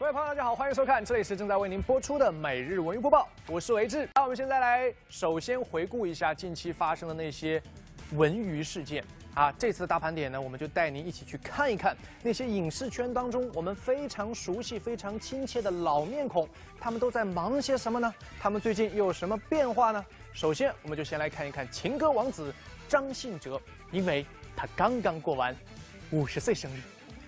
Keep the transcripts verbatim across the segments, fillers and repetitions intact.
位朋友，大家好，欢迎收看，这里是正在为您播出的每日文娱播报，我是维志。那我们现在来首先回顾一下近期发生的那些文娱事件啊。这次的大盘点呢，我们就带您一起去看一看那些影视圈当中我们非常熟悉、非常亲切的老面孔，他们都在忙些什么呢？他们最近又有什么变化呢？首先，我们就先来看一看情歌王子张信哲，因为他刚刚过完五十岁生日。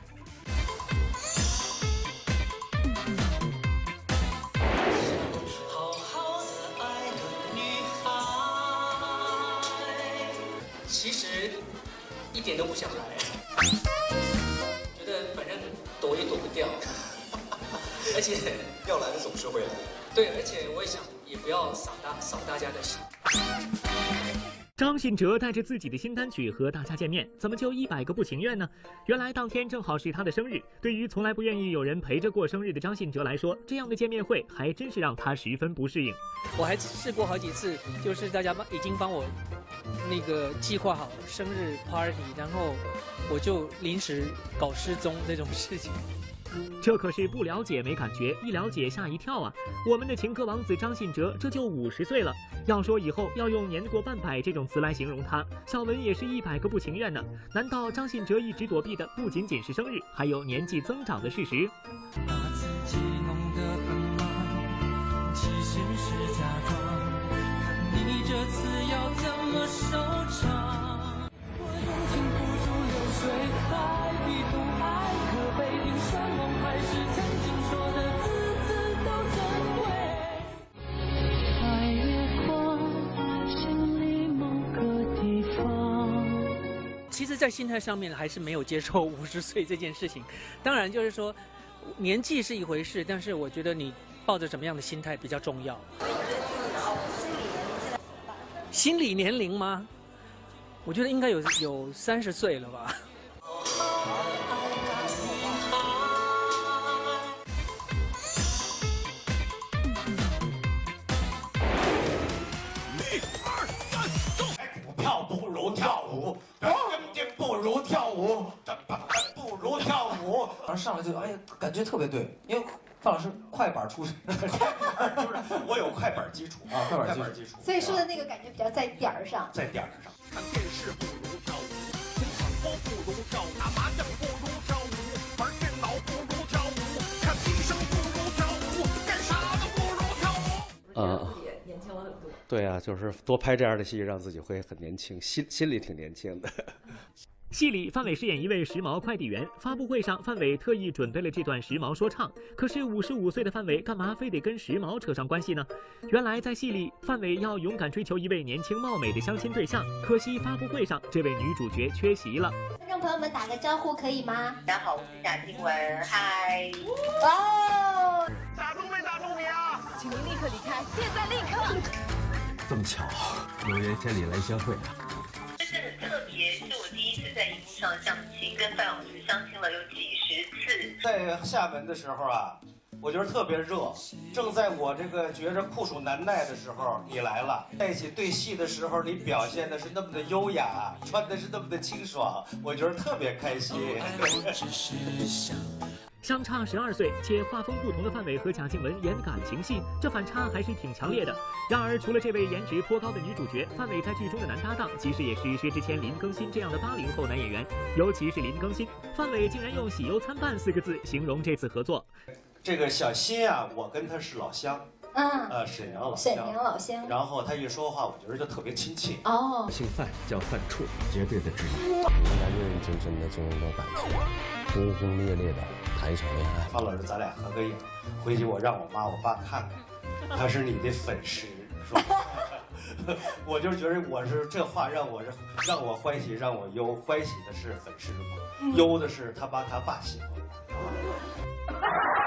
其实一点都不想来，觉得反正躲也躲不掉，而且要来的总是会来。 对，而且我也想也不要扫大扫大家的心。 张信哲带着自己的新单曲和大家见面，怎么就一百个不情愿呢？原来当天正好是他的生日，对于从来不愿意有人陪着过生日的张信哲来说，这样的见面会还真是让他十分不适应。 我还试过好几次，就是大家帮已经帮我那个计划好生日 party， 然后我就临时搞失踪这种事情。 这可是不了解没感觉，一了解吓一跳啊！我们的情歌王子张信哲这就五十岁了，要说以后要用年过半百这种词来形容他，小文也是一百个不情愿呢。难道张信哲一直躲避的不仅仅是生日，还有年纪增长的事实？ 把自己弄得很忙，其实是假装。你这次要怎么收场？我用情付诸流水，爱与不爱，可悲定生梦，还是曾经说的字字都珍贵。爱越过心里某个地方。 其实，在心态上面还是没有接受五十岁这件事情。当然，就是说年纪是一回事，但是我觉得你抱着怎么样的心态比较重要。心理年龄吗？我觉得应该有有三十岁了吧。 一二三，走！股票不如跳舞，根筋不如跳舞，不如跳舞。 然后上来就哎呀，感觉特别对，因为范老师快板出身， 我有快板基础啊，快板基础， 所以说的那个感觉比较在点儿上， 在点儿上。 看电视不如跳舞，听广播不如跳舞，打麻将不如跳舞，玩电脑不如跳舞，看医生不如跳舞，干啥都不如跳舞。 啊，年轻了很多。对啊，就是多拍这样的戏，让自己会很年轻，心心里挺年轻的。 戏里，范伟饰演一位时髦快递员。发布会上，范伟特意准备了这段时髦说唱。可是五十五岁的范伟，干嘛非得跟时髦扯上关系呢？原来在戏里，范伟要勇敢追求一位年轻貌美的相亲对象。可惜发布会上，这位女主角缺席了。 观众朋友们打个招呼可以吗？ 大家好，我是贾静雯，嗨。 哦， 打中没打中你啊？ 请您立刻离开，现在立刻。 这么巧，有缘千里来相会啊！ 这次很特别，是我第一次在荧幕上相亲，跟范老师相亲了有几十次。 在厦门的时候啊，我觉得特别热，正在我这个觉着酷暑难耐的时候，你来了。在一起对戏的时候，你表现的是那么的优雅，穿的是那么的清爽，我觉得特别开心。 相差十二岁且画风不同的范伟和贾静雯演感情戏，这反差还是挺强烈的。然而，除了这位颜值颇高的女主角，范伟在剧中的男搭档其实也是薛之谦、林更新这样的八零后男演员。尤其是林更新，范伟竟然用“喜忧参半”四个字形容这次合作。 这个小新啊，我跟他是老乡。 嗯， 呃，沈阳老沈阳老乡， 然后他一说话，我觉得就特别亲切。 哦， 姓范叫范处，绝对的知音。 大家认认真真的进入到感情，轰轰烈烈的谈一场恋爱。 范老师，咱俩合个影，回去我让我妈我爸看看，他是你的粉丝，是吧？我就觉得我是这话让我是让我欢喜让我忧，欢喜的是粉丝嘛，忧的是他爸他爸喜欢我。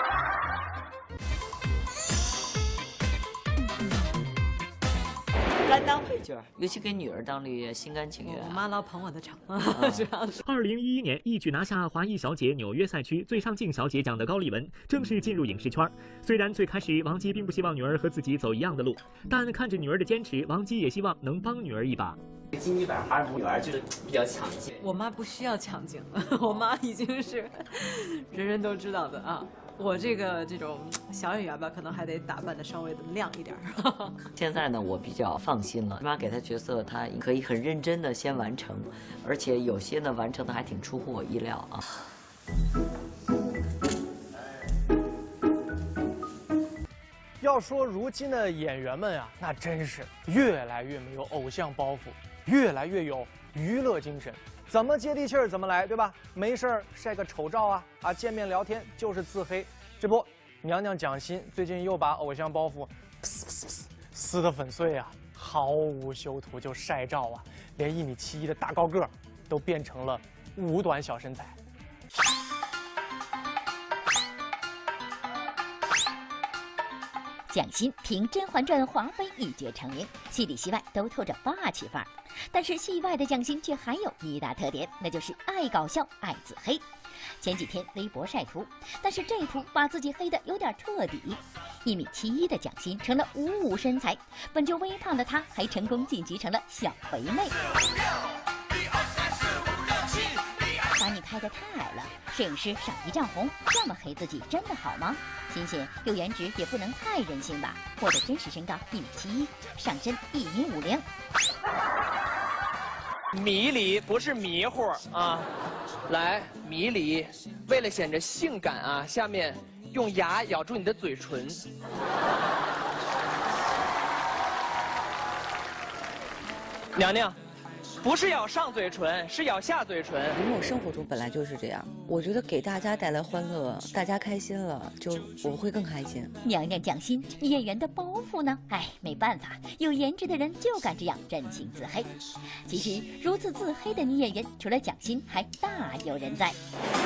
甘当配角，尤其给女儿当绿叶，心甘情愿。 哦我妈老捧我的场， 主要是。 二零一一年一举拿下华裔小姐纽约赛区最上镜小姐奖的高丽文，正式进入影视圈。虽然最开始王姬并不希望女儿和自己走一样的路，但看着女儿的坚持，王姬也希望能帮女儿一把。 金鸡百花女儿就是比较强劲。 我妈不需要强劲了，我妈已经是人人都知道的啊。 我这个这种小演员吧，可能还得打扮的稍微的亮一点。 现在呢，我比较放心了，妈给他角色，他可以很认真的先完成，而且有些呢完成的还挺出乎我意料啊。 要说如今的演员们啊，那真是越来越没有偶像包袱，越来越有娱乐精神，怎么接地气儿怎么来，对吧？没事儿晒个丑照啊啊，见面聊天就是自黑。这不，娘娘蒋欣最近又把偶像包袱嘶嘶嘶撕得粉碎啊，毫无修图就晒照啊，连一米七一的大高个儿都变成了五短小身材。 蒋欣凭《甄嬛传》华妃一决成名，戏里戏外都透着霸气范儿。但是戏外的蒋欣却还有一大特点，那就是爱搞笑、爱自黑。前几天微博晒图，但是这图把自己黑得有点彻底。一米七一的蒋欣成了五五身材，本就微胖的她还成功晋级成了小肥妹。把你拍得太矮了，摄影师赏一丈红，这么黑自己真的好吗？欣欣有颜值也不能太任性吧？我的真实身高一米七一，上身一米五零。 迷离不是迷糊啊，来迷离，为了显着性感啊，下面用牙咬住你的嘴唇。娘娘。不是咬上嘴唇，是咬下嘴唇。 因为我生活中本来就是这样，我觉得给大家带来欢乐，大家开心了，就我会更开心。 娘娘蒋欣，演员的包袱呢？哎，没办法，有颜值的人就敢这样真情自黑。其实如此自黑的女演员，除了蒋欣，还大有人在。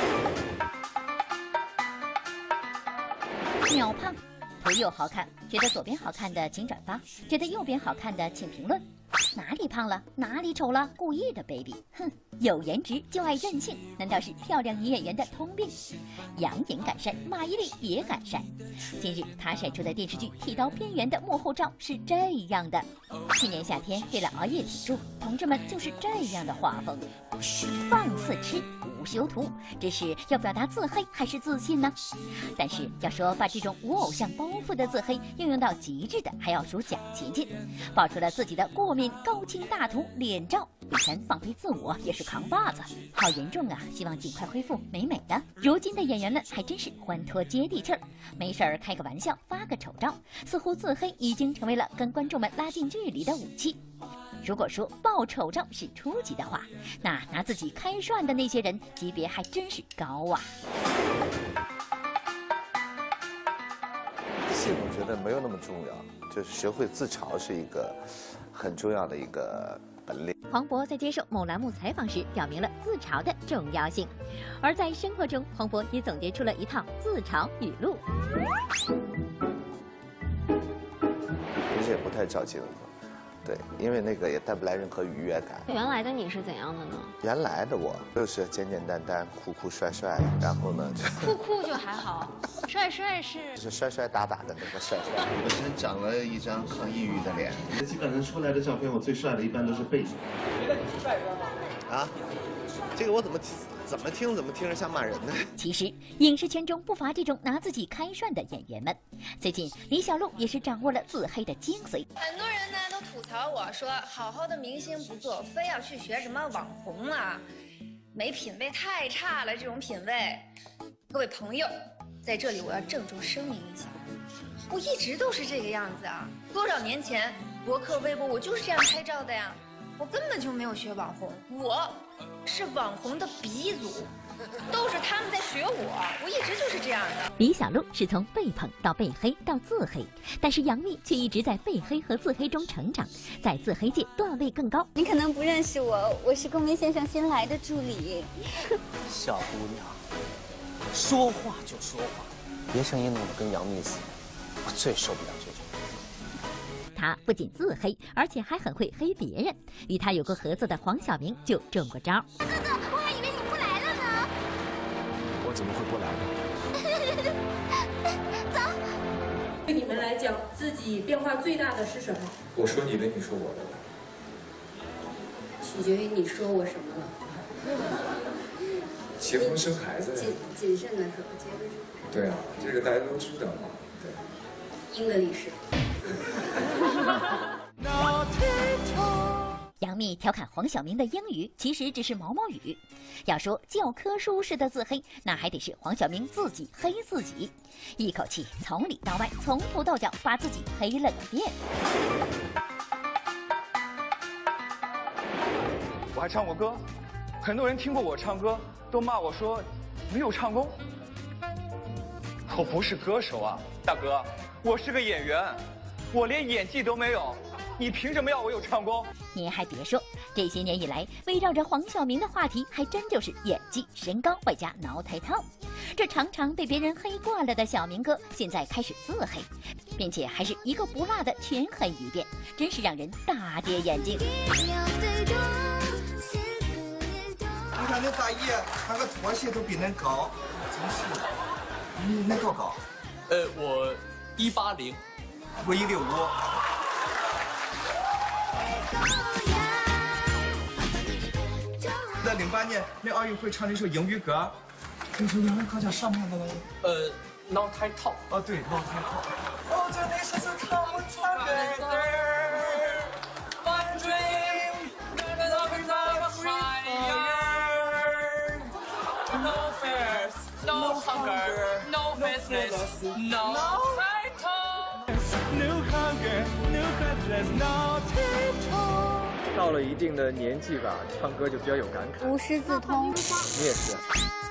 秒胖，图右好看，觉得左边好看的请转发，觉得右边好看的请评论。哪里胖了？哪里丑了？故意的 baby， 哼！有颜值就爱任性，难道是漂亮女演员的通病？杨颖敢晒，马伊琍也敢晒。近日，她晒出的电视剧《剃刀边缘》的幕后照是这样的。去年夏天，为了熬夜挺住，同志们就是这样的画风，放肆吃，无修图，这是要表达自黑还是自信呢？但是要说把这种无偶像包袱的自黑应用到极致的，还要数蒋勤勤，爆出了自己的过敏高清大图脸照，以前放飞自我也是扛把子，好严重啊！希望尽快恢复美美的。如今的演员们还真是欢脱接地气儿，没事儿开个玩笑，发个丑照，似乎自黑已经成为了跟观众们拉近距离的武器。如果说爆丑照是初级的话，那拿自己开涮的那些人级别还真是高啊！ 性我觉得没有那么重要，就是学会自嘲是一个很重要的一个本领。 黄渤在接受某栏目采访时表明了自嘲的重要性，而在生活中，黄渤也总结出了一套自嘲语录。 其实也不太照镜子，对，因为那个也带不来任何愉悦感。 原来的你是怎样的呢？ 原来的我就是简简单单、酷酷帅帅，然后呢， 酷酷就还好，帅帅是就是帅帅打打的那个帅帅。 我现在长了一张很抑郁的脸，基本上出来的照片，我最帅的一般都是背景。 觉得你是帅哥吗？啊，这个我怎么怎么听怎么听着像骂人呢？ 其实影视圈中不乏这种拿自己开涮的演员们。最近李小璐也是掌握了自黑的精髓。 很多人呢都吐槽我说，好好的明星不做，非要去学什么网红啊，没品位，太差了这种品味。各位朋友，在这里我要郑重声明一下，我一直都是这个样子啊。多少年前博客、微博我就是这样拍照的呀，我根本就没有学网红，我是网红的鼻祖，都是他们在学我，我一直就是这样的。 李小璐是从被捧到被黑到自黑，但是杨幂却一直在被黑和自黑中成长，在自黑界段位更高。 你可能不认识我，我是龚明先生新来的助理。 小姑娘，说话就说话，别声音弄得跟杨幂似的，我最受不了这种。 他不仅自黑，而且还很会黑别人。与他有过合作的黄晓明就中过招。 哥哥，我还以为你不来了呢。 我怎么会不来呢？走。 对你们来讲，自己变化最大的是什么？ 我说你的，你说我的。 取决于你说我什么了。 结婚生孩子。 谨谨慎的时候结婚生孩子。 对啊，这个大家都知道嘛。对。 英的历史。 杨幂调侃黄晓明的英语其实只是毛毛雨。要说教科书式的自黑，那还得是黄晓明自己黑自己，一口气从里到外、从头到脚把自己黑了个遍。 我还唱过歌，很多人听过我唱歌，都骂我说没有唱功。我不是歌手啊，大哥，我是个演员，我连演技都没有。你凭什么要我有唱功？ 您还别说，这些年以来，围绕着黄晓明的话题还真就是演技、身高外加挠胎套。这常常被别人黑惯了的小明哥，现在开始自黑，并且还是一个不落的全黑一遍，真是让人大跌眼镜。 你看那大爷，他个拖鞋都比恁高，真是。你恁多高？ 呃，我一八零， 我一六五。在零八年那奥运会唱那首英语歌，那首英语歌叫什么来着？ 呃，挠胎套。 哦，对，挠胎套。哦，这那是是唱不唱的？One dream, no fears, no hunger, no business, no title. No hunger, no business, no title. 到了一定的年纪吧，唱歌就比较有感慨。 无师自通。 你也是。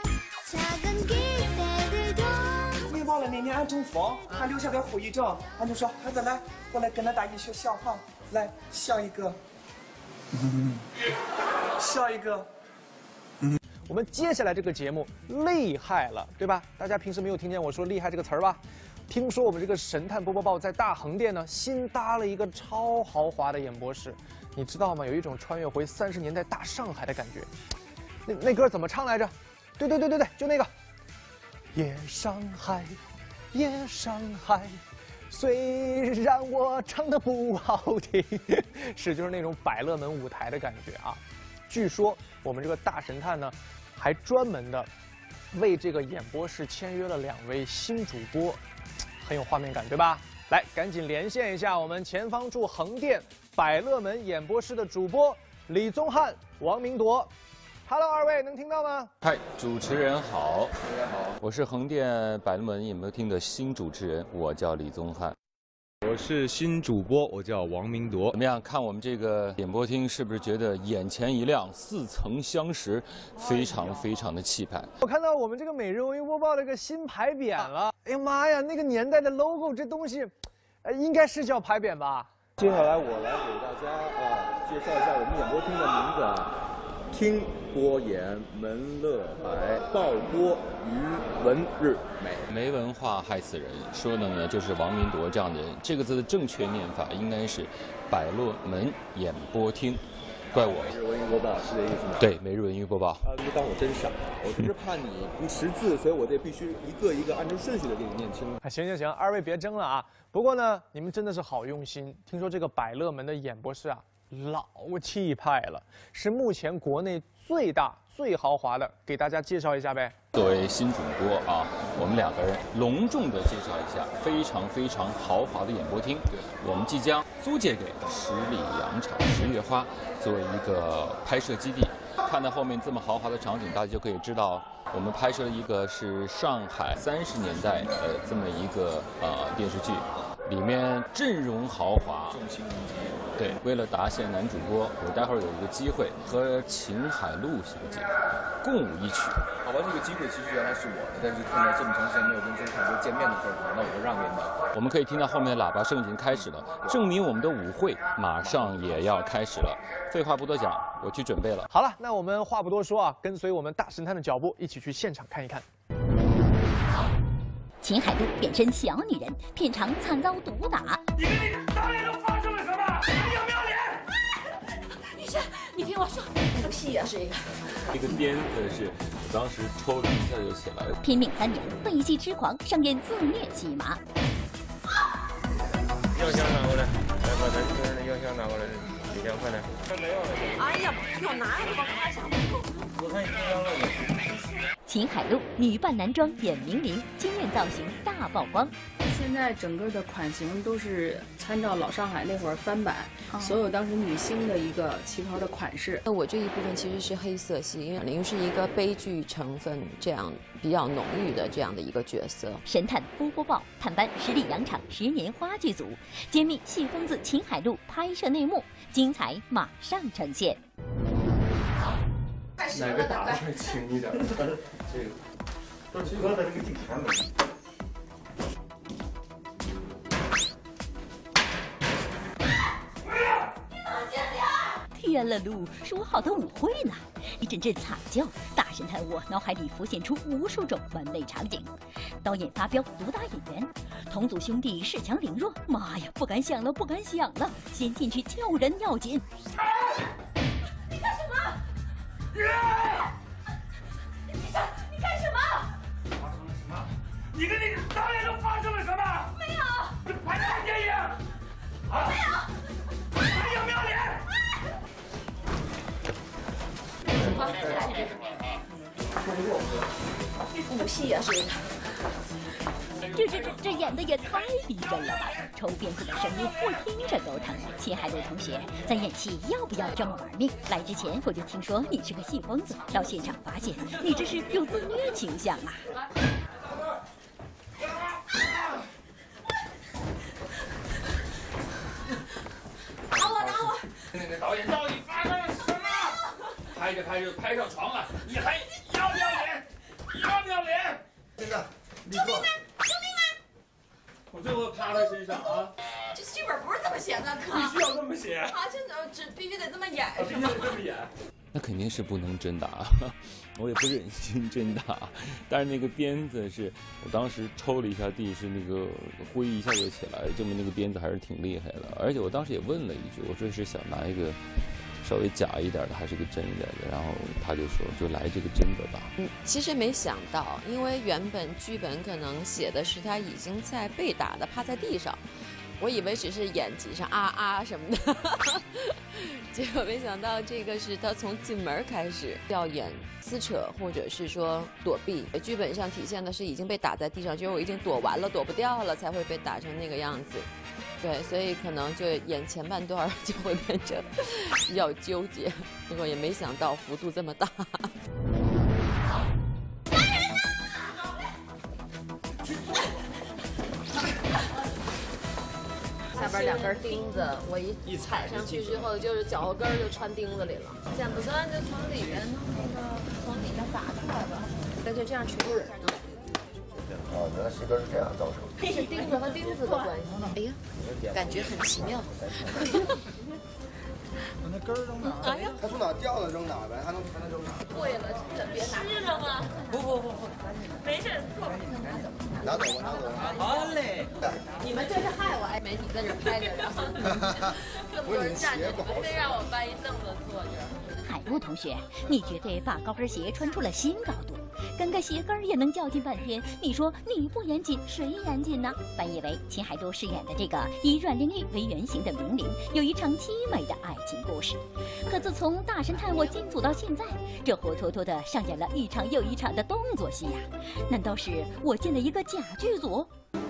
你忘了那年俺中风，还留下点后遗症，俺就说孩子来，过来跟着大姨学笑哈，来笑一个，嗯，笑一个。 我们接下来这个节目厉害了，对吧？大家平时没有听见我说厉害这个词儿吧？听说我们这个神探波波报在大横店呢新搭了一个超豪华的演播室，你知道吗？有一种穿越回三十年代大上海的感觉。那那歌怎么唱来着？对对对对对，就那个。夜上海，夜上海，虽然我唱的不好听，是就是那种百乐门舞台的感觉啊。据说我们这个大神探呢，还专门的为这个演播室签约了两位新主播。很有画面感，对吧？来，赶紧连线一下我们前方驻横店百乐门演播室的主播李宗翰、王明铎。Hello， 二位能听到吗？ 嗨，主持人好，大家好，我是横店百乐门演播厅的新主持人，我叫李宗翰。 我是新主播，我叫王明铎。 怎么样？看我们这个演播厅，是不是觉得眼前一亮，似曾相识，非常非常的气派？ 我看到我们这个每日文娱播报的一个新牌匾了。哎呀妈呀，那个年代的 logo 这东西，呃，应该是叫牌匾吧？ 接下来我来给大家啊介绍一下我们演播厅的名字啊。听播演门乐百报播娱文日美， 没文化害死人。说的呢就是王明铎这样的人。这个字的正确念法应该是百乐门演播厅。怪我。 每日文娱播报是这意思吗？ 对，每日文娱播报。 啊，你当我真傻，我就是怕你不识字，所以我得必须一个一个按照顺序的给你念清。 行行行，二位别争了啊。不过呢，你们真的是好用心。听说这个百乐门的演播室啊，老气派了，是目前国内最大最豪华的，给大家介绍一下呗。 作为新主播啊，我们两个人隆重的介绍一下非常非常豪华的演播厅。我们即将租借给十里洋场十月花作为一个拍摄基地。看到后面这么豪华的场景，大家就可以知道我们拍摄了一个是上海三十年代的这么一个呃电视剧，里面阵容豪华。对，为了答谢男主播，我待会儿有一个机会和秦海璐小姐共舞一曲。 好吧，这个机会其实原来是我的，但是看到这么长时间没有跟曾凯哥见面的份上，那我就让给你。 我们可以听到后面的喇叭声已经开始了，证明我们的舞会马上也要开始了。废话不多讲，我去准备了。 好了，那我们话不多说啊，跟随我们大神探的脚步，一起去现场看一看。 秦海璐变身小女人，片场惨遭毒打。 你跟你导演都发生了什么？你有没有脸？ 女神，你听我说，这个戏啊是一个。 这个鞭子是当时抽了一下就起来了。 拼命三年，背戏痴狂，上演自虐戏码。 药箱拿过来，来把咱这的药箱拿过来，李强快点。快没有了。 哎呀，不用拿了，帮他想。 我看你这张了也。 秦海璐女扮男装演明玲，惊艳造型大曝光。 现在整个的款型都是参照老上海那会儿翻版，哦、所有当时女星的一个旗袍的款式。 那我这一部分其实是黑色系，因为林是一个悲剧成分这样比较浓郁的这样的一个角色。 神探波波报探班十里洋场十年花剧组揭秘戏疯子秦海璐拍摄内幕，精彩马上呈现。 哪个打的会轻一点？这个，都是搁在这个镜前面。 天了噜，说好的舞会呢？一阵阵惨叫，大神探我脑海里浮现出无数种完美场景。导演发飙，毒打演员，同组兄弟恃强凌弱，妈呀，不敢想了，不敢想了，先进去叫人要紧。啊你干什么？你干你干什么？ 发生了什么？你跟那个导演都发生了什么？ 没有。 这拍什么电影？啊？ 没有。 还有没有脸？ 武戏也是。 这这这这演的也太逼真了吧！抽鞭子的声音我听着都疼。秦海璐同学，咱演戏要不要这么玩命？来之前我就听说你是个戏疯子，到现场发现你这是有自虐倾向啊！ 打我打我！ 那个导演到底发生了什么？拍着拍着拍上床了，你还要不要脸？要不要脸？ 现在。 救命啊！救命啊！ 我最后趴他身上啊！ 这剧本不是这么写的，哥。 必须要这么写。 啊，真的只必须得这么演， 是吗？这么演。 那肯定是不能真打，我也不忍心真打。但是那个鞭子是我当时抽了一下地，是那个灰一下就起来，证明那个鞭子还是挺厉害的。而且我当时也问了一句，我说是想拿一个。 稍微假一点的还是个真一点的，然后他就说就来这个真的吧。 嗯，其实没想到，因为原本剧本可能写的是他已经在被打的趴在地上，我以为只是演技上啊啊什么的，结果没想到这个是他从进门开始要演撕扯或者是说躲避，剧本上体现的是已经被打在地上，就是我已经躲完了躲不掉了才会被打成那个样子。 对，所以可能就演前半段就会变成比较纠结，结果也没想到幅度这么大。下边两根钉子，我一踩上去之后，就是脚后跟就穿钉子里了。剪不断就从里面弄那个，从里面打出来吧。那就这样全部才能。 哦，原来鞋跟是这样造成的， 是钉子和钉子的关系。哎呀，感觉很奇妙。 把那根儿扔哪？哎呀，它从哪掉了扔哪呗，还能还能扔哪？ 贵了，真的别拿。是了吗？ 不不不不， 没事，错。 拿走吧，拿走吧。 好嘞。 你们这是害我，哎，媒体在这拍着，然后这么多人站着，你们非让我搬一凳子坐这儿。 海璐同学，你绝对把高跟鞋穿出了新高度，跟个鞋跟也能较劲半天。你说你不严谨，谁严谨呢？本以为秦海璐饰演的这个以阮玲玉为原型的明玲，有一场凄美的爱情故事，可自从大神探我进组到现在，这活脱脱的上演了一场又一场的动作戏呀！难道是我进了一个假剧组？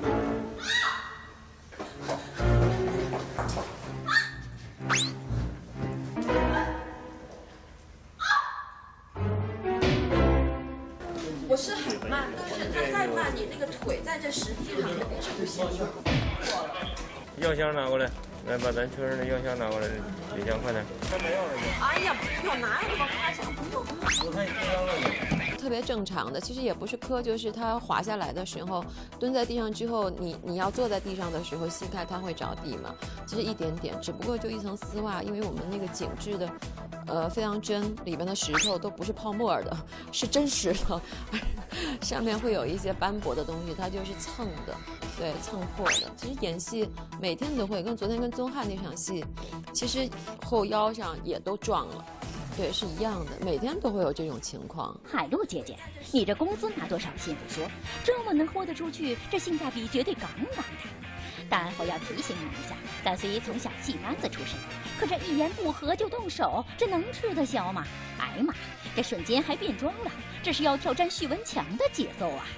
我是很慢，但是他再慢，你那个腿在这实际上肯定是不行的。 药箱拿过来，来把咱车上的药箱拿过来，李强快点。他没有了。 哎呀，不用，哪有那么夸张？不用。 我看你受伤了。 特别正常的，其实也不是磕，就是它滑下来的时候，蹲在地上之后，你你要坐在地上的时候，膝盖它会着地嘛。其实一点点，只不过就一层丝袜，因为我们那个紧致的，呃，非常真，里边的石头都不是泡沫的，是真石头，上面会有一些斑驳的东西，它就是蹭的，对，蹭破的。其实演戏每天都会，跟昨天跟宗翰那场戏，其实后腰上也都撞了。 对，是一样的，每天都会有这种情况。 海璐姐姐，你这工资拿多少先不说，这么能豁得出去，这性价比绝对杠杠的。但我要提醒你一下，咱虽从小戏班子出身， 可这一言不合就动手，这能吃得消吗？哎呀妈，这瞬间还变装了，这是要挑战许文强的节奏啊！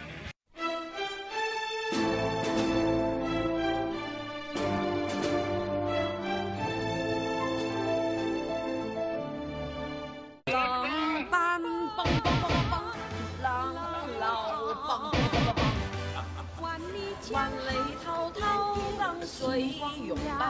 万里滔滔，让水涌大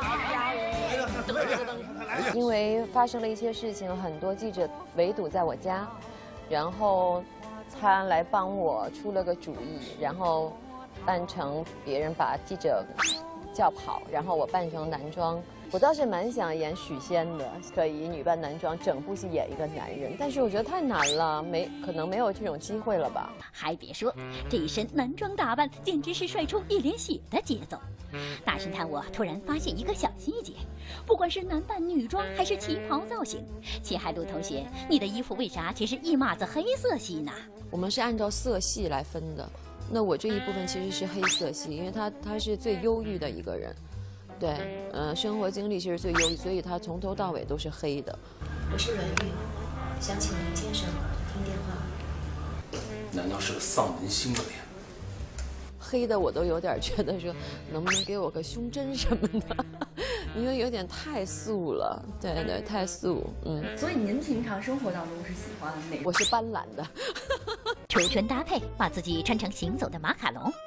江。 因为发生了一些事情，很多记者围堵在我家，然后他来帮我出了个主意，然后扮成别人把记者叫跑，然后我扮成男装。我倒是蛮想演许仙的，可以女扮男装，整部戏演一个男人，但是我觉得太难了，没可能没有这种机会了吧？ 还别说，这一身男装打扮简直是帅出一脸血的节奏。大神探我突然发现一个小细节，不管是男扮女装还是旗袍造型，秦海璐同学，你的衣服为啥却是一码子黑色系呢？ 我们是按照色系来分的，那我这一部分其实是黑色系，因为他他是最忧郁的一个人。对，嗯、呃，生活经历其实最忧郁，所以他从头到尾都是黑的。 我是阮玉，想请林先生听电话。 难道是个丧门星的脸？ 黑的我都有点觉得说，能不能给我个胸针什么的？因为有点太素了，对对，太素，嗯。 所以您平常生活当中是喜欢哪？ 我是斑斓的。 出穿搭配，把自己穿成行走的马卡龙。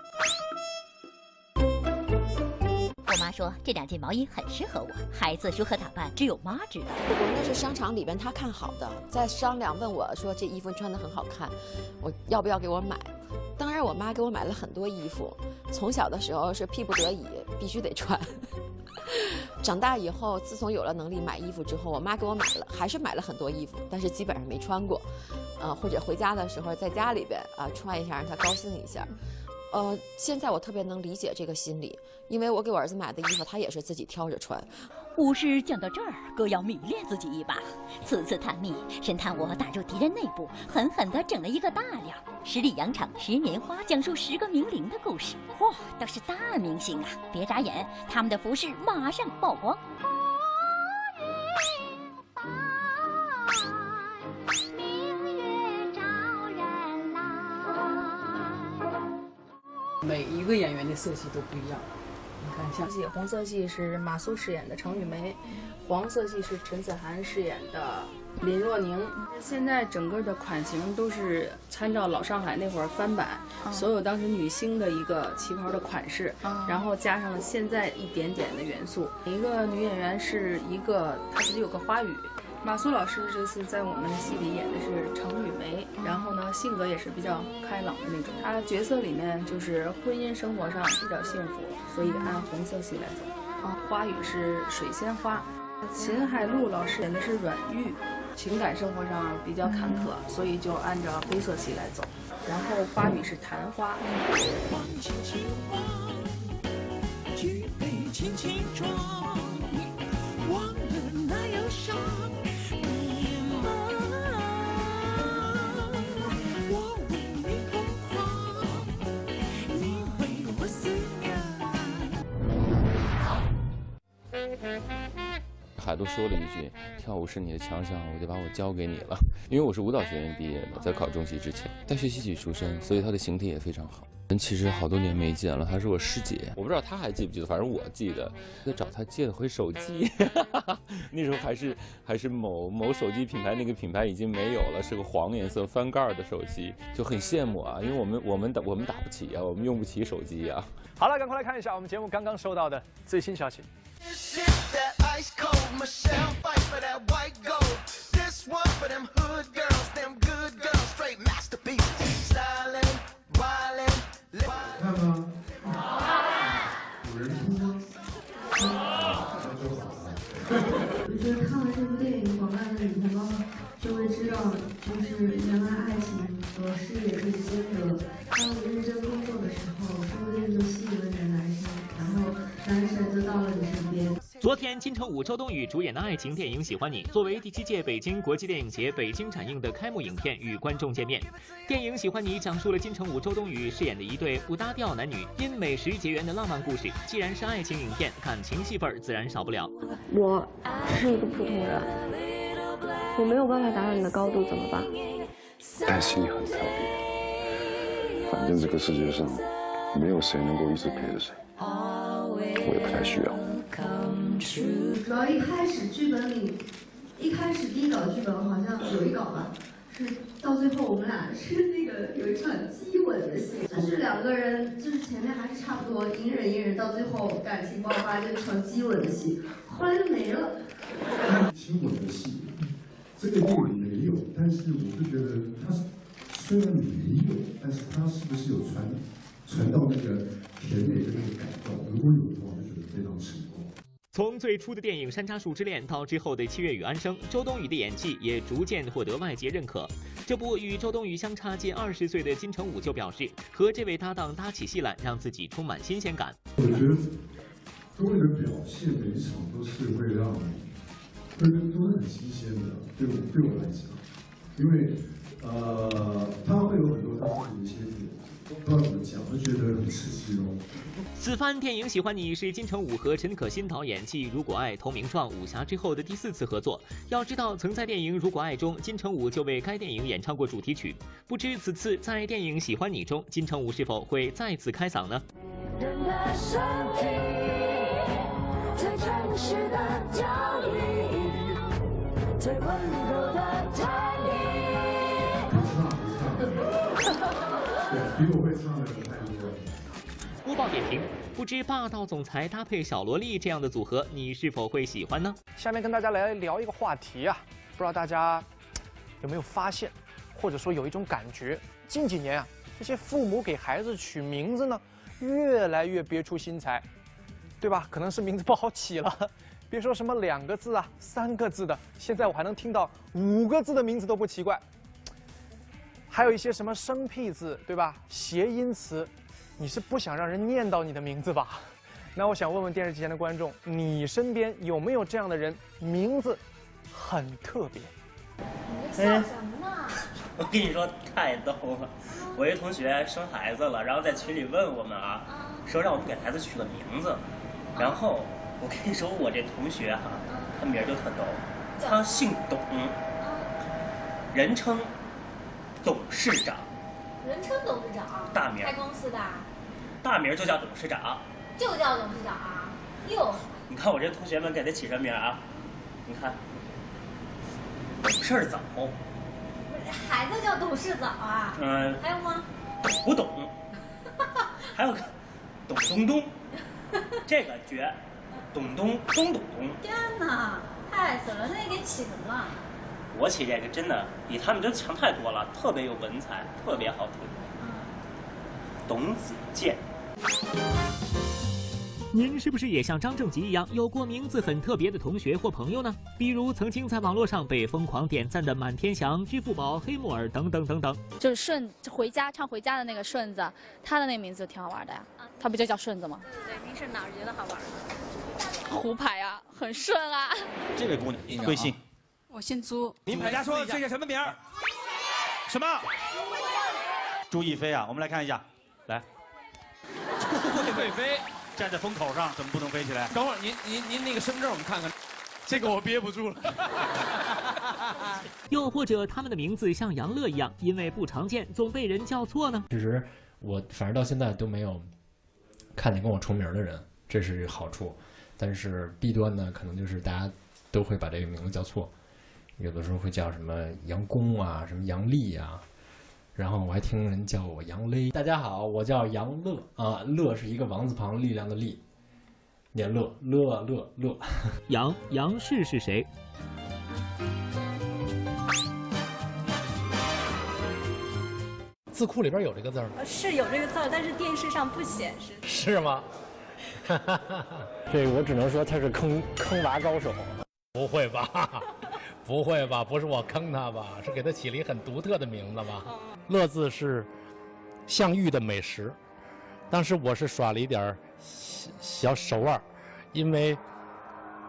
我妈说这两件毛衣很适合我，孩子如何打扮只有妈知道。 我那是商场里边他看好的，在商量问我说这衣服穿得很好看，我要不要给我买？当然我妈给我买了很多衣服，从小的时候是逼不得已必须得穿。长大以后，自从有了能力买衣服之后，我妈给我买了，还是买了很多衣服，但是基本上没穿过，呃，或者回家的时候在家里边啊、呃、穿一下，让她高兴一下。呃，现在我特别能理解这个心理，因为我给我儿子买的衣服，他也是自己挑着穿。 故事讲到这儿，哥要迷恋自己一把。此次探秘，神探我打入敌人内部，狠狠地整了一个大料。十里洋场十年花讲述十个名伶的故事，嚯，都是大明星啊！别眨眼，他们的服饰马上曝光。 每一个演员的色系都不一样。你看，像红色系是马苏饰演的程雨梅，黄色系是陈思涵饰演的林若宁。 现在整个的款型都是参照老上海那会儿翻版，嗯、所有当时女星的一个旗袍的款式，嗯、然后加上了现在一点点的元素。一个女演员是一个，她自己有个花语。马苏老师这次在我们的戏里演的是程雨梅，然后呢，性格也是比较开朗的那种。她角色里面就是婚姻生活上比较幸福，所以按红色系来走。啊，花语是水仙花。秦海璐老师演的是阮玉，情感生活上比较坎坷，所以就按照黑色系来走。然后花语是昙花。 海都说了一句：“跳舞是你的强项，我就把我交给你了。”因为我是舞蹈学院毕业的，在考中戏之前，大学戏曲出身，所以她的形体也非常好。人其实好多年没见了，她是我师姐，我不知道她还记不记得，反正我记得，在找她借了回手机。那时候还是还是某某手机品牌，那个品牌已经没有了，是个黄颜色翻盖的手机，就很羡慕啊，因为我们我们打我们打不起啊，我们用不起手机啊。 好了，赶快来看一下我们节目刚刚收到的最新消息。 看吗？有人哭吗？ 我觉得看完这部电影，广大的女同胞就会知道，就是原来爱情和事业可以兼得。当你认真工作的时候，说不定就吸引了你的男神，然后男神就到了你身边。 昨天。 天，金城武、周冬雨主演的爱情电影《喜欢你》作为第七届北京国际电影节北京展映的开幕影片与观众见面。电影《喜欢你》讲述了金城武、周冬雨饰演的一对不搭调男女因美食结缘的浪漫故事。既然是爱情影片，感情戏份自然少不了。 我是一个普通人，我没有办法达到你的高度，怎么办？ 但是你很特别，反正这个世界上没有谁能够一直陪着谁，我也不太需要。 主要一开始剧本里，一开始第一稿剧本好像有一稿吧，是到最后我们俩是那个有一场激吻的戏，就是两个人就是前面还是差不多隐忍隐忍，到最后感情爆发就一场激吻的戏，后来就没了。 亲吻的戏，这个电影没有，但是我是觉得它虽然没有，但是它是不是有传传到那个甜美的那个感动？如果有的话，我就觉得非常成功。 从最初的电影《山楂树之恋》到之后的《七月与安生》，周冬雨的演技也逐渐获得外界认可。这部与周冬雨相差近二十岁的金城武就表示，和这位搭档搭起戏来，让自己充满新鲜感。 我觉得多位的表现每一场都是会让，会都是很新鲜的，对我对我来讲，因为呃，他会有很多他自己的一些点。不知道怎么讲，我觉得很刺激哦。 此番电影《喜欢你》是金城武和陈可辛导演继《如果爱》投名状武侠之后的第四次合作。要知道，曾在电影《如果爱》中，金城武就为该电影演唱过主题曲。不知此次在电影《喜欢你》中，金城武是否会再次开嗓呢？人的身体最真实的交易，最温柔的站立。 比我会唱的人太多了。 播报点评：不知霸道总裁搭配小萝莉这样的组合，你是否会喜欢呢？ 下面跟大家来聊一个话题啊，不知道大家有没有发现，或者说有一种感觉，近几年啊，这些父母给孩子取名字呢，越来越别出心裁，对吧？可能是名字不好起了，别说什么两个字啊、三个字的，现在我还能听到五个字的名字都不奇怪。还有一些什么生僻字，对吧？谐音词，你是不想让人念到你的名字吧？那我想问问电视机前的观众，你身边有没有这样的人，名字很特别？ 你在笑什么呢？ 我跟你说太逗了，我一同学生孩子了，然后在群里问我们啊，说让我们给孩子取个名字，然后我跟你说我这同学哈、啊，他名就特逗，他姓董，人称董事长， 人称董事长， 大名， 开公司的， 大名就叫董事长， 就叫董事长啊！哟， 你看我这同学们给他起什么名啊？你看，董事早， 孩子叫董事早啊？ 嗯， 还有吗？ 董不懂，还有个董东东，这个绝，董东东董东。 天哪，太损了！那你给起什么了？ 我起这个真的比他们真强太多了，特别有文采，特别好听。董子健。 您是不是也像张正吉一样，有过名字很特别的同学或朋友呢？比如曾经在网络上被疯狂点赞的满天翔、支付宝、黑木耳等等等等。 就是顺回家唱回家的那个顺子，他的那个名字挺好玩的呀，他不就叫顺子吗？ 对对对，您是哪儿觉得好玩的？ 胡牌啊，很顺啊。 这位姑娘贵姓？ 我姓朱。 您大家说这个什么名儿？什么？朱亦飞啊，我们来看一下，来。 朱贵妃站在风口上，怎么不能飞起来？ 等会儿您您您那个身份证我们看看，这个我憋不住了。 又或者他们的名字像杨乐一样，因为不常见，总被人叫错呢？ 其实我反正到现在都没有看见跟我重名的人，这是好处。但是弊端呢，可能就是大家都会把这个名字叫错。有的时候会叫什么杨公啊，什么杨丽啊，然后我还听人叫我杨勒。大家好，我叫杨乐啊，乐是一个王字旁，力量的力，念乐，乐乐乐。 杨杨氏是谁？ 字库里边有这个字吗？ 是有这个字，但是电视上不显示。 是吗？ 这我只能说他是坑坑娃高手。 不会吧？不会吧？不是我坑他吧？是给他起了一很独特的名字吧？哦、乐字是象玉的美食，当时我是耍了一点小手腕，因为不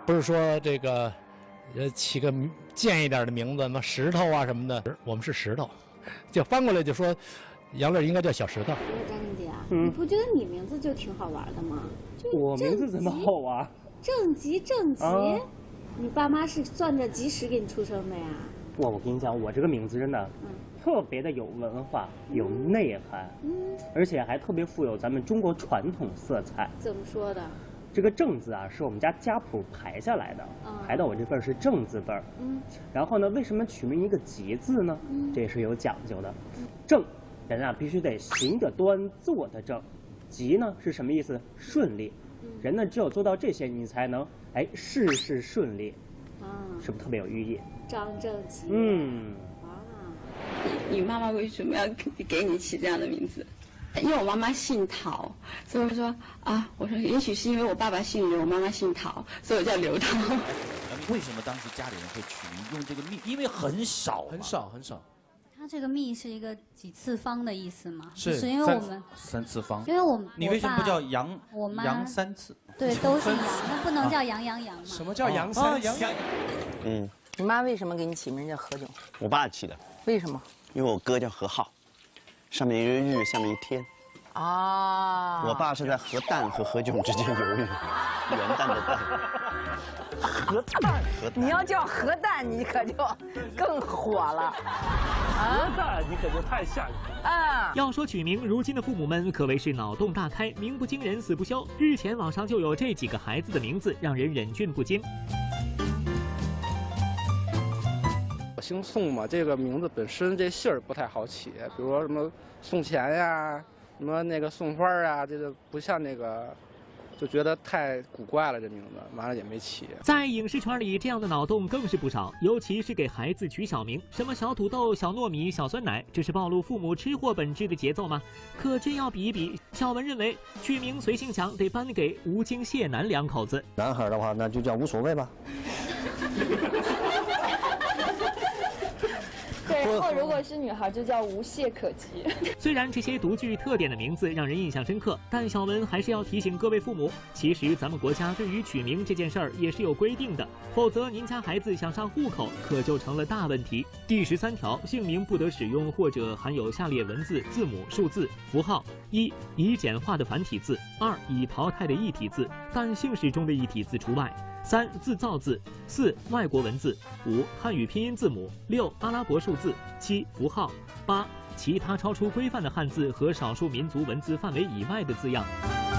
不是说这个，呃，起个贱一点的名字，什么石头啊什么的，我们是石头，就翻过来就说，杨乐应该叫小石头。 张静姐啊， 嗯你不觉得你名字就挺好玩的吗？就我名字怎么好玩？ 正极正极， 啊你爸妈是算着吉时给你出生的呀？ 哇，我跟你讲，我这个名字真的特别的有文化，有内涵， 嗯， 而且还特别富有咱们中国传统色彩。 怎么说的？ 这个正字啊，是我们家家谱排下来的，排到我这辈儿是正字辈儿。 嗯， 然后呢，为什么取名一个吉字呢？ 嗯这也是有讲究的。正，人啊必须得行得端，坐得正。吉呢是什么意思？顺利。人呢只有做到这些，你才能哎事事顺利。 啊， 是不是特别有寓意？ 张正吉。 嗯。 你妈妈为什么要给给你起这样的名字？因为我妈妈姓陶，所以我说啊，我说也许是因为我爸爸姓刘，我妈妈姓陶，所以我叫刘陶。 为什么当时家里人会取名用这个“密”？因为很少， 很少，很少。 它这个密是一个几次方的意思吗？ 是， 是因为我们三次方。 因为我你为什么不叫杨？ 我妈杨三次。 对，都是杨，那不能叫杨杨杨吗？ 什么叫杨三杨？ 嗯， 你妈为什么给你起名叫何炅？ 我爸起的。 为什么？ 因为我哥叫何浩，上面一个日，下面一天。 啊。 我爸是在何诞和何炅之间犹豫，元旦的旦。 何诞，你要叫何诞，你可就更火了。 何诞，你可就太吓人了啊！ 要说取名，如今的父母们可谓是脑洞大开，名不惊人死不休。日前网上就有这几个孩子的名字，让人忍俊不禁。 我姓宋嘛，这个名字本身这姓儿不太好起，比如说什么送钱呀，什么那个送花啊，这个不像那个。就觉得太古怪了，这名字完了也没起。 在影视圈里，这样的脑洞更是不少，尤其是给孩子取小名，什么小土豆、小糯米、小酸奶，这是暴露父母吃货本质的节奏吗？可真要比一比，小文认为取名随性强得颁给吴京、谢楠两口子。 男孩的话，那就叫无所谓吧。 对，然后如果是女孩就叫无懈可击。 虽然这些独具特点的名字让人印象深刻，但小文还是要提醒各位父母，其实咱们国家对于取名这件事儿也是有规定的，否则您家孩子想上户口可就成了大问题。第十三条，姓名不得使用或者含有下列文字、字母、数字、符号：一、已简化的繁体字；二、已淘汰的异体字，但姓氏中的异体字除外。三、自造字；四、外国文字；五、汉语拼音字母；六、阿拉伯数字；七、符号；八、其他超出规范的汉字和少数民族文字范围以外的字样。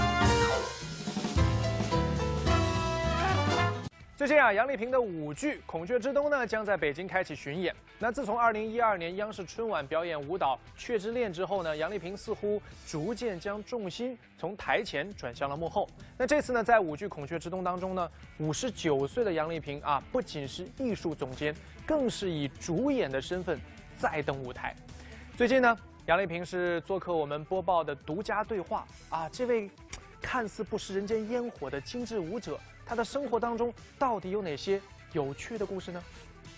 最近啊，杨丽萍的舞剧《孔雀之东》呢，将在北京开启巡演。那自从二零一二年央视春晚表演舞蹈《雀之恋》之后呢，杨丽萍似乎逐渐将重心从台前转向了幕后。那这次呢，在舞剧《孔雀之东》当中呢，五十九岁的杨丽萍啊，不仅是艺术总监，更是以主演的身份再登舞台。最近呢，杨丽萍是做客我们播报的独家对话啊，这位看似不食人间烟火的精致舞者。他的生活当中到底有哪些有趣的故事呢？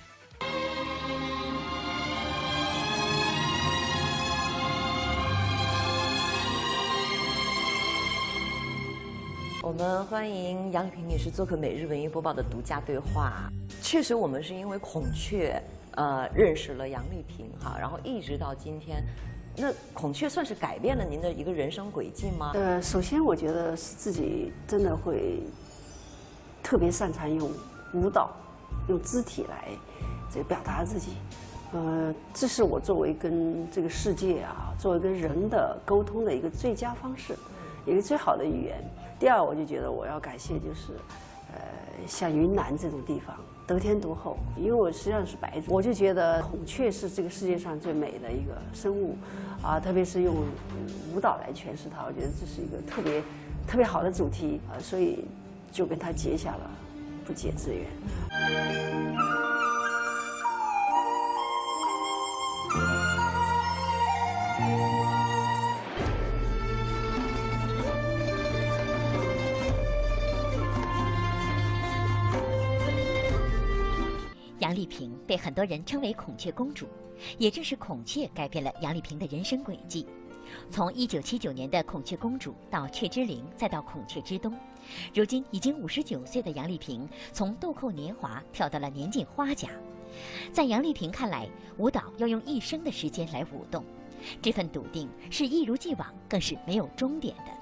我们欢迎杨丽萍女士做客每日文娱播报的独家对话。确实，我们是因为孔雀，呃，认识了杨丽萍哈，然后一直到今天。那孔雀算是改变了您的一个人生轨迹吗？ 呃，首先我觉得是自己真的会。特别擅长用舞蹈、用肢体来这个表达自己，呃，这是我作为跟这个世界啊，作为跟人的沟通的一个最佳方式，一个最好的语言。第二，我就觉得我要感谢就是，呃，像云南这种地方得天独厚，因为我实际上是白族，我就觉得孔雀是这个世界上最美的一个生物，啊，特别是用舞蹈来诠释它，我觉得这是一个特别特别好的主题啊，所以。就跟他结下了不解之缘。 杨丽萍被很多人称为孔雀公主，也正是孔雀改变了杨丽萍的人生轨迹。从一九七九年的《孔雀公主》到《雀之灵》，再到《孔雀之东》， 如今已经五十九岁的杨丽萍，从豆蔻年华跳到了年近花甲。在杨丽萍看来，舞蹈要用一生的时间来舞动，这份笃定是一如既往，更是没有终点的。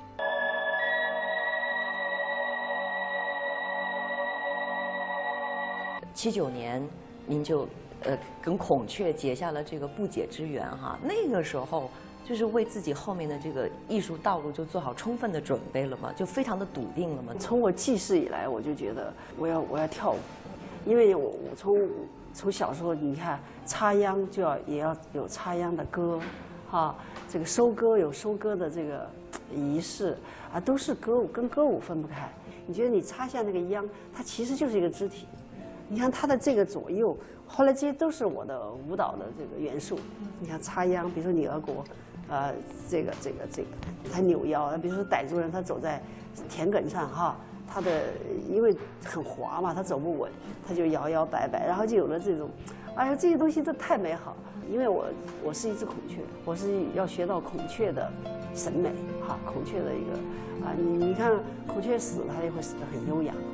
七九年，您就呃跟孔雀结下了这个不解之缘哈。那个时候就是为自己后面的这个艺术道路就做好充分的准备了嘛，就非常的笃定了嘛。 从我记事以来，我就觉得我要我要跳舞，因为我我从从小时候你看插秧就要也要有插秧的歌，哈，这个收割有收割的这个仪式啊，都是歌舞，跟歌舞分不开。你觉得你插下那个秧，它其实就是一个肢体。你看它的这个左右，后来这些都是我的舞蹈的这个元素。你看插秧，比如说女儿国，呃，这个这个这个，他扭腰，比如说傣族人他走在田埂上哈，他的因为很滑嘛，他走不稳，他就摇摇摆摆，然后就有了这种，哎呀，这些东西都太美好。因为我我是一只孔雀，我是要学到孔雀的审美哈，孔雀的一个啊，你你看孔雀死，它也会死得很优雅。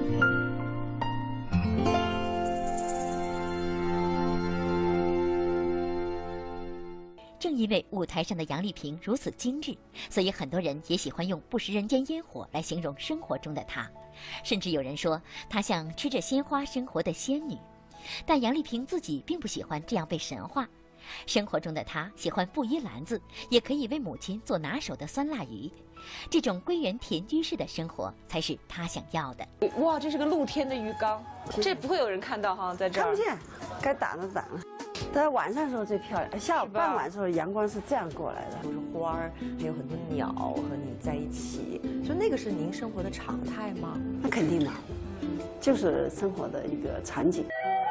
正因为舞台上的杨丽萍如此精致，所以很多人也喜欢用不食人间烟火来形容生活中的她，甚至有人说她像吃着鲜花生活的仙女。但杨丽萍自己并不喜欢这样被神化，生活中的她喜欢布衣篮子，也可以为母亲做拿手的酸辣鱼。这种归园田居式的生活才是她想要的。 哇，这是个露天的鱼缸，这不会有人看到哈，在这儿看不见，该挡的挡了。但是晚上的时候最漂亮，下午傍晚的时候阳光是这样过来的， 都是花儿，还有很多鸟和你在一起，就那个是您生活的常态吗？ 那肯定的，就是生活的一个场景。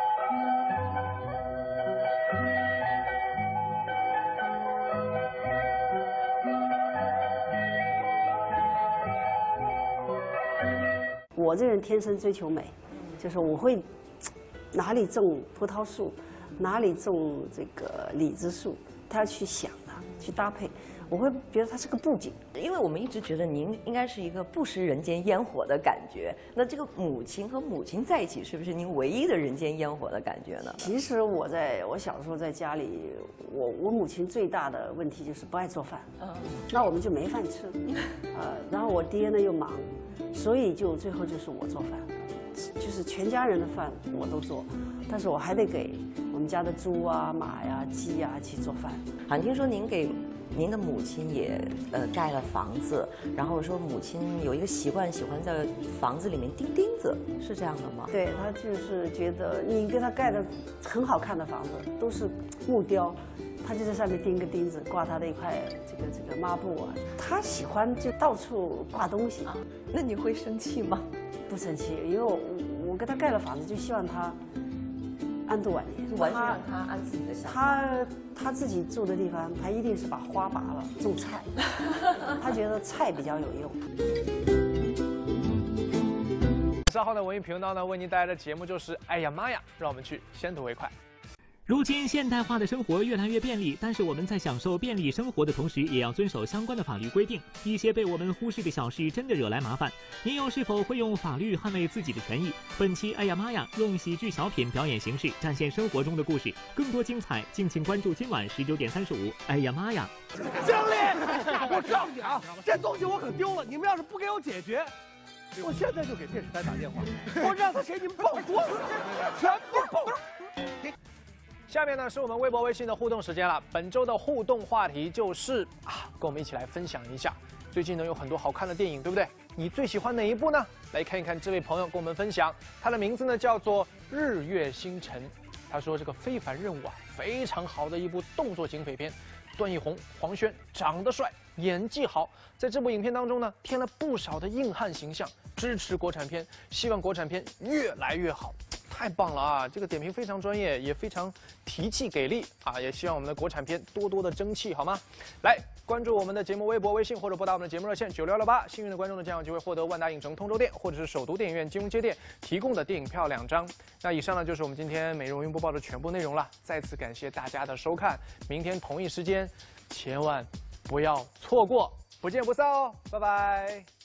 我这人天生追求美，就是我会哪里种葡萄树，哪里种这个李子树，他要去想它，去搭配。我会觉得它是个布景， 因为我们一直觉得您应该是一个不食人间烟火的感觉。那这个母亲和母亲在一起，是不是您唯一的人间烟火的感觉呢？ 其实我在我小时候在家里，我我母亲最大的问题就是不爱做饭，嗯，那我们就没饭吃，呃，然后我爹呢又忙，所以就最后就是我做饭，就是全家人的饭我都做，但是我还得给我们家的猪啊、马呀、鸡呀去做饭。 好像听说您给您的母亲也呃盖了房子，然后说母亲有一个习惯，喜欢在房子里面钉钉子，是这样的吗？ 对，她就是觉得你给她盖的很好看的房子都是木雕，她就在上面钉个钉子，挂她的一块这个这个抹布啊。她喜欢就到处挂东西啊。 那你会生气吗？ 不生气，因为我我给她盖了房子，就希望她安度晚年， 就完全让她按自己的想法。 她她自己住的地方，她一定是把花拔了种菜，她觉得菜比较有用。 十二号的文艺频道呢，为您带来的节目就是哎呀妈呀，让我们去先睹为快。 如今现代化的生活越来越便利，但是我们在享受便利生活的同时，也要遵守相关的法律规定。一些被我们忽视的小事，真的惹来麻烦。您又是否会用法律捍卫自己的权益？本期哎呀妈呀，用喜剧小品表演形式展现生活中的故事，更多精彩，敬请关注今晚十九点三十五。哎呀妈呀！ 经理，我告诉你啊，这东西我可丢了，你们要是不给我解决，我现在就给电视台打电话，我让他给你们曝光，全部曝光。 下面呢是我们微博、微信的互动时间了。本周的互动话题就是啊，跟我们一起来分享一下，最近呢有很多好看的电影，对不对？你最喜欢哪一部呢？来看一看这位朋友跟我们分享，他的名字呢叫做日月星辰。他说这个非凡任务啊，非常好的一部动作警匪片，段奕宏、黄轩长得帅，演技好，在这部影片当中呢添了不少的硬汉形象，支持国产片，希望国产片越来越好。太棒了啊！这个点评非常专业，也非常提气给力啊！也希望我们的国产片多多的争气，好吗？来关注我们的节目微博、微信，或者拨打我们的节目热线九六幺六八。幸运的观众呢，将有机会获得万达影城通州店或者是首都电影院金融街店提供的电影票两张。那以上呢就是我们今天每日文娱播报的全部内容了。再次感谢大家的收看，明天同一时间千万不要错过，不见不散哦！拜拜。